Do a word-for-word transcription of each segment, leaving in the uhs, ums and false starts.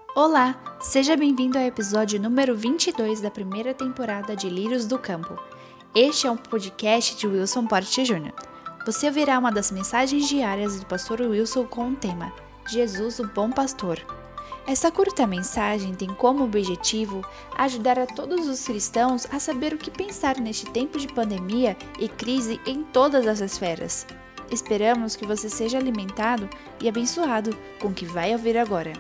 Olá, seja bem-vindo ao episódio número vinte e dois da primeira temporada de Lírios do Campo. Este é um podcast de Wilson Porte Júnior Você ouvirá uma das mensagens diárias do pastor Wilson com o tema Jesus, o Bom Pastor. Esta curta mensagem tem como objetivo ajudar a todos os cristãos a saber o que pensar neste tempo de pandemia e crise em todas as esferas. Esperamos que você seja alimentado e abençoado com o que vai ouvir agora.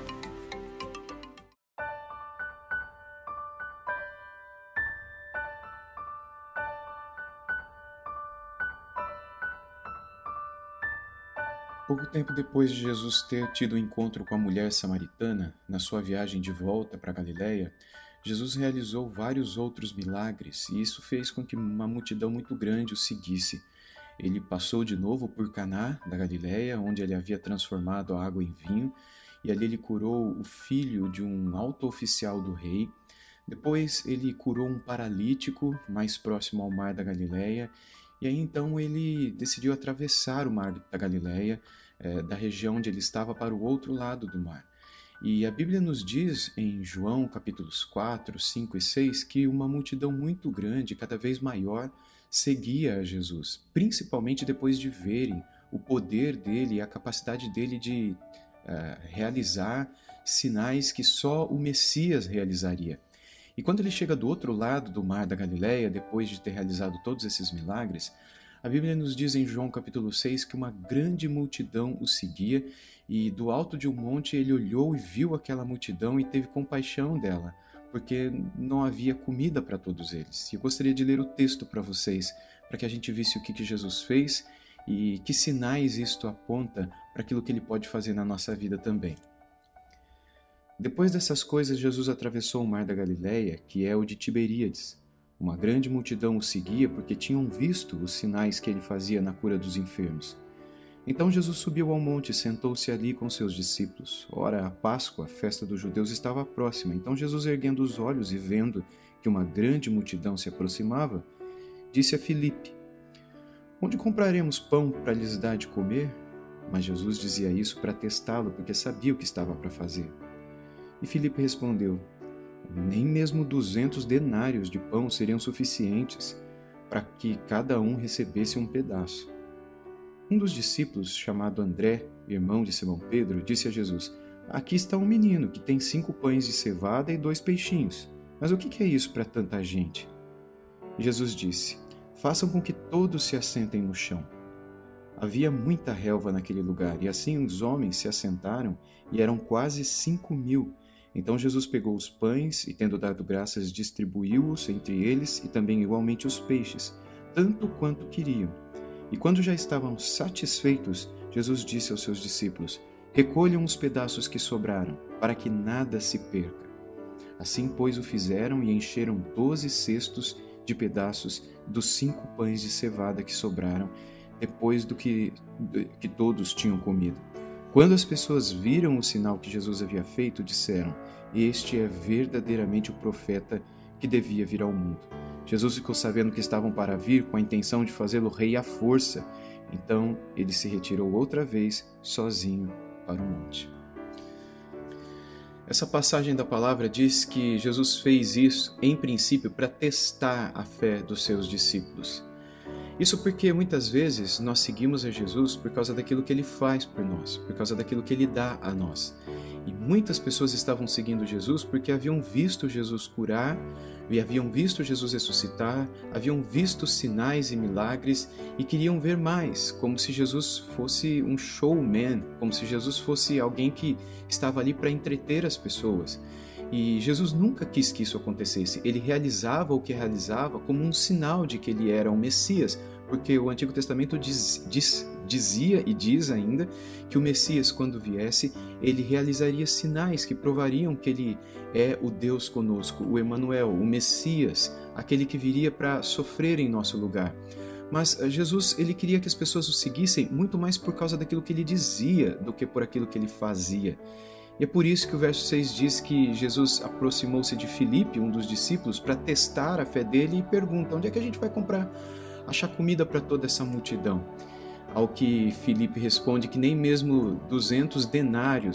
Pouco tempo depois de Jesus ter tido o um encontro com a mulher samaritana, na sua viagem de volta para Galiléia, Jesus realizou vários outros milagres e isso fez com que uma multidão muito grande o seguisse. Ele passou de novo por Caná da Galiléia, onde ele havia transformado a água em vinho, e ali ele curou o filho de um alto oficial do rei. Depois ele curou um paralítico mais próximo ao mar da Galiléia, e aí então ele decidiu atravessar o mar da Galiléia, eh, da região onde ele estava, para o outro lado do mar. E a Bíblia nos diz em João capítulos quatro, cinco e seis que uma multidão muito grande, cada vez maior, seguia a Jesus, principalmente depois de verem o poder dele e a capacidade dele de uh, realizar sinais que só o Messias realizaria. E quando ele chega do outro lado do mar da Galiléia, depois de ter realizado todos esses milagres, a Bíblia nos diz em João capítulo seis que uma grande multidão o seguia e do alto de um monte ele olhou e viu aquela multidão e teve compaixão dela, porque não havia comida para todos eles. E eu gostaria de ler o texto para vocês, para que a gente visse o que, que Jesus fez e que sinais isto aponta para aquilo que ele pode fazer na nossa vida também. Depois dessas coisas, Jesus atravessou o mar da Galiléia, que é o de Tiberíades. Uma grande multidão o seguia porque tinham visto os sinais que ele fazia na cura dos enfermos. Então Jesus subiu ao monte e sentou-se ali com seus discípulos. Ora, a Páscoa, a festa dos judeus, estava próxima. Então Jesus, erguendo os olhos e vendo que uma grande multidão se aproximava, disse a Filipe: "Onde compraremos pão para lhes dar de comer?" Mas Jesus dizia isso para testá-lo, porque sabia o que estava para fazer. E Filipe respondeu: "Nem mesmo duzentos denários de pão seriam suficientes para que cada um recebesse um pedaço." Um dos discípulos, chamado André, irmão de Simão Pedro, disse a Jesus: "Aqui está um menino que tem cinco pães de cevada e dois peixinhos. Mas o que é isso para tanta gente?" E Jesus disse: "Façam com que todos se assentem no chão." Havia muita relva naquele lugar, e assim os homens se assentaram, e eram quase cinco mil. Então Jesus pegou os pães e, tendo dado graças, distribuiu-os entre eles e também igualmente os peixes, tanto quanto queriam. E quando já estavam satisfeitos, Jesus disse aos seus discípulos: "Recolham os pedaços que sobraram, para que nada se perca." Assim, pois, o fizeram e encheram doze cestos de pedaços dos cinco pães de cevada que sobraram, depois do que, que todos tinham comido. Quando as pessoas viram o sinal que Jesus havia feito, disseram: "Este é verdadeiramente o profeta que devia vir ao mundo." Jesus ficou sabendo que estavam para vir com a intenção de fazê-lo rei à força. Então ele se retirou outra vez, sozinho, para o monte. Essa passagem da palavra diz que Jesus fez isso, em princípio, para testar a fé dos seus discípulos. Isso porque muitas vezes nós seguimos a Jesus por causa daquilo que Ele faz por nós, por causa daquilo que Ele dá a nós. E muitas pessoas estavam seguindo Jesus porque haviam visto Jesus curar, e haviam visto Jesus ressuscitar, haviam visto sinais e milagres e queriam ver mais, como se Jesus fosse um showman, como se Jesus fosse alguém que estava ali para entreter as pessoas. E Jesus nunca quis que isso acontecesse. Ele realizava o que realizava como um sinal de que ele era o Messias, porque o Antigo Testamento diz, diz, dizia e diz ainda que o Messias, quando viesse, ele realizaria sinais que provariam que ele é o Deus conosco, o Emanuel, o Messias, aquele que viria para sofrer em nosso lugar. Mas Jesus, ele queria que as pessoas o seguissem muito mais por causa daquilo que ele dizia do que por aquilo que ele fazia. E é por isso que o verso seis diz que Jesus aproximou-se de Filipe, um dos discípulos, para testar a fé dele e pergunta: onde é que a gente vai comprar, achar comida para toda essa multidão? Ao que Filipe responde que nem mesmo duzentos denários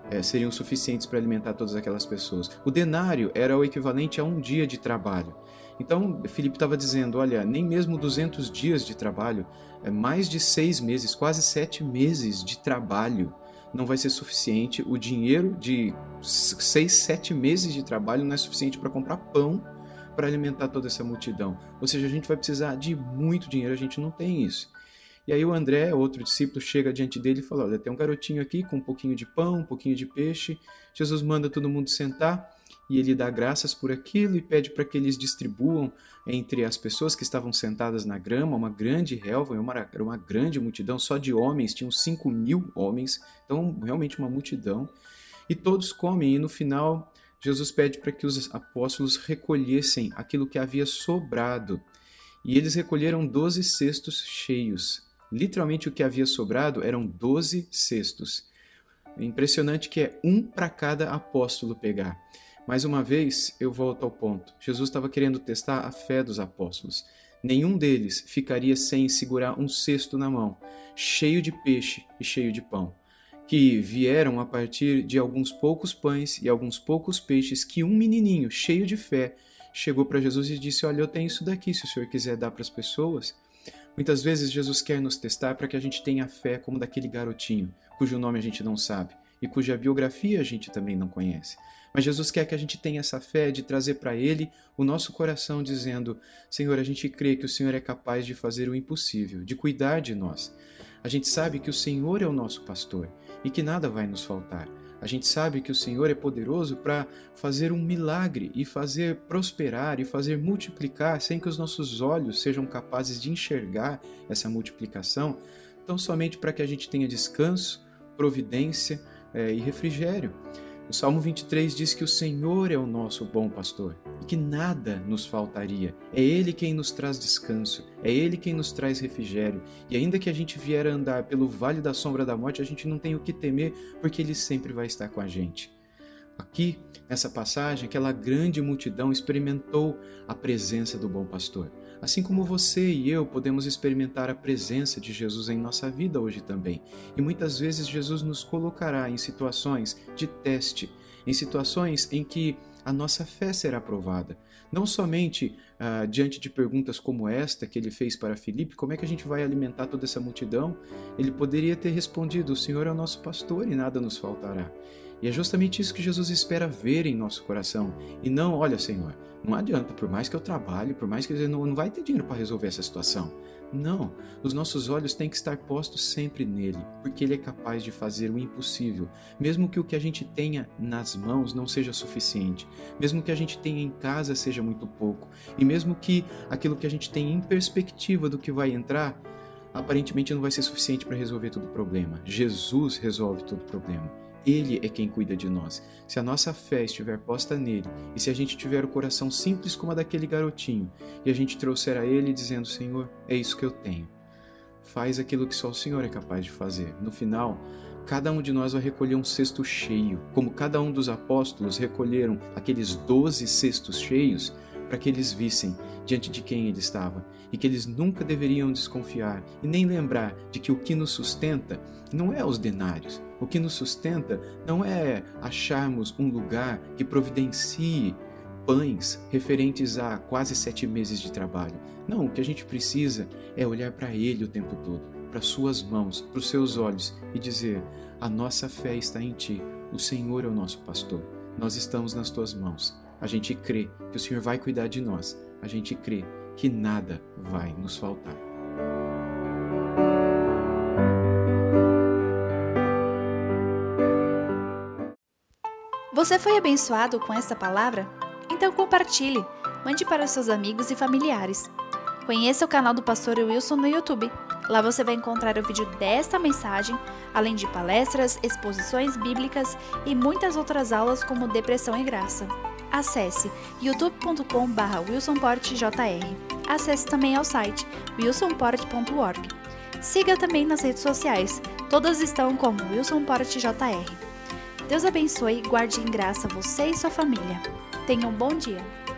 é, seriam suficientes para alimentar todas aquelas pessoas. O denário era o equivalente a um dia de trabalho. Então, Filipe estava dizendo, olha, nem mesmo duzentos dias de trabalho, é mais de seis meses, quase sete meses de trabalho, não vai ser suficiente. O dinheiro de seis, sete meses de trabalho não é suficiente para comprar pão para alimentar toda essa multidão. Ou seja, a gente vai precisar de muito dinheiro, a gente não tem isso. E aí o André, outro discípulo, chega diante dele e fala, olha, tem um garotinho aqui com um pouquinho de pão, um pouquinho de peixe. Jesus manda todo mundo sentar e ele dá graças por aquilo e pede para que eles distribuam entre as pessoas que estavam sentadas na grama, uma grande relva, era uma grande multidão, só de homens, tinham cinco mil homens, então realmente uma multidão. E todos comem e no final Jesus pede para que os apóstolos recolhessem aquilo que havia sobrado. E eles recolheram doze cestos cheios. Literalmente o que havia sobrado eram doze cestos. É impressionante que é um para cada apóstolo pegar. Mais uma vez, eu volto ao ponto. Jesus estava querendo testar a fé dos apóstolos. Nenhum deles ficaria sem segurar um cesto na mão, cheio de peixe e cheio de pão, que vieram a partir de alguns poucos pães e alguns poucos peixes que um menininho cheio de fé chegou para Jesus e disse, olha, eu tenho isso daqui, se o senhor quiser dar para as pessoas. Muitas vezes Jesus quer nos testar para que a gente tenha fé como daquele garotinho, cujo nome a gente não sabe e cuja biografia a gente também não conhece. Mas Jesus quer que a gente tenha essa fé de trazer para Ele o nosso coração dizendo, Senhor, a gente crê que o Senhor é capaz de fazer o impossível, de cuidar de nós. A gente sabe que o Senhor é o nosso pastor e que nada vai nos faltar. A gente sabe que o Senhor é poderoso para fazer um milagre e fazer prosperar e fazer multiplicar sem que os nossos olhos sejam capazes de enxergar essa multiplicação, tão somente para que a gente tenha descanso, providência é, e refrigério. O Salmo vinte e três diz que o Senhor é o nosso bom pastor e que nada nos faltaria. É Ele quem nos traz descanso, é Ele quem nos traz refrigério. E ainda que a gente vier a andar pelo vale da sombra da morte, a gente não tem o que temer, porque Ele sempre vai estar com a gente. Aqui, nessa passagem, aquela grande multidão experimentou a presença do bom pastor. Assim como você e eu podemos experimentar a presença de Jesus em nossa vida hoje também. E muitas vezes Jesus nos colocará em situações de teste, em situações em que a nossa fé será provada. Não somente ah, diante de perguntas como esta que ele fez para Filipe, como é que a gente vai alimentar toda essa multidão? Ele poderia ter respondido, o Senhor é o nosso pastor e nada nos faltará. E é justamente isso que Jesus espera ver em nosso coração. E não, olha, Senhor, não adianta, por mais que eu trabalhe, por mais que eu não, não vai ter dinheiro para resolver essa situação. Não, os nossos olhos têm que estar postos sempre nele, porque ele é capaz de fazer o impossível. Mesmo que o que a gente tenha nas mãos não seja suficiente, mesmo que a gente tenha em casa seja muito pouco, e mesmo que aquilo que a gente tem em perspectiva do que vai entrar, aparentemente não vai ser suficiente para resolver todo o problema. Jesus resolve todo o problema. Ele é quem cuida de nós. Se a nossa fé estiver posta nele, e se a gente tiver o coração simples como a daquele garotinho, e a gente trouxer a ele dizendo, Senhor, é isso que eu tenho. Faz aquilo que só o Senhor é capaz de fazer. No final, cada um de nós vai recolher um cesto cheio, como cada um dos apóstolos recolheram aqueles doze cestos cheios, para que eles vissem diante de quem ele estava, e que eles nunca deveriam desconfiar, e nem lembrar de que o que nos sustenta não é os denários. O que nos sustenta não é acharmos um lugar que providencie pães referentes a quase sete meses de trabalho. Não, o que a gente precisa é olhar para Ele o tempo todo, para suas mãos, para os seus olhos e dizer, a nossa fé está em Ti, o Senhor é o nosso pastor, nós estamos nas Tuas mãos. A gente crê que o Senhor vai cuidar de nós, a gente crê que nada vai nos faltar. Você foi abençoado com esta palavra? Então compartilhe, mande para os seus amigos e familiares. Conheça o canal do Pastor Wilson no YouTube. Lá você vai encontrar o vídeo desta mensagem, além de palestras, exposições bíblicas e muitas outras aulas como Depressão e Graça. Acesse youtube ponto com barra wilson porte jr. Acesse também ao site wilson porte ponto org. Siga também nas redes sociais, todas estão como wilson porte jr. Deus abençoe e guarde em graça você e sua família. Tenha um bom dia.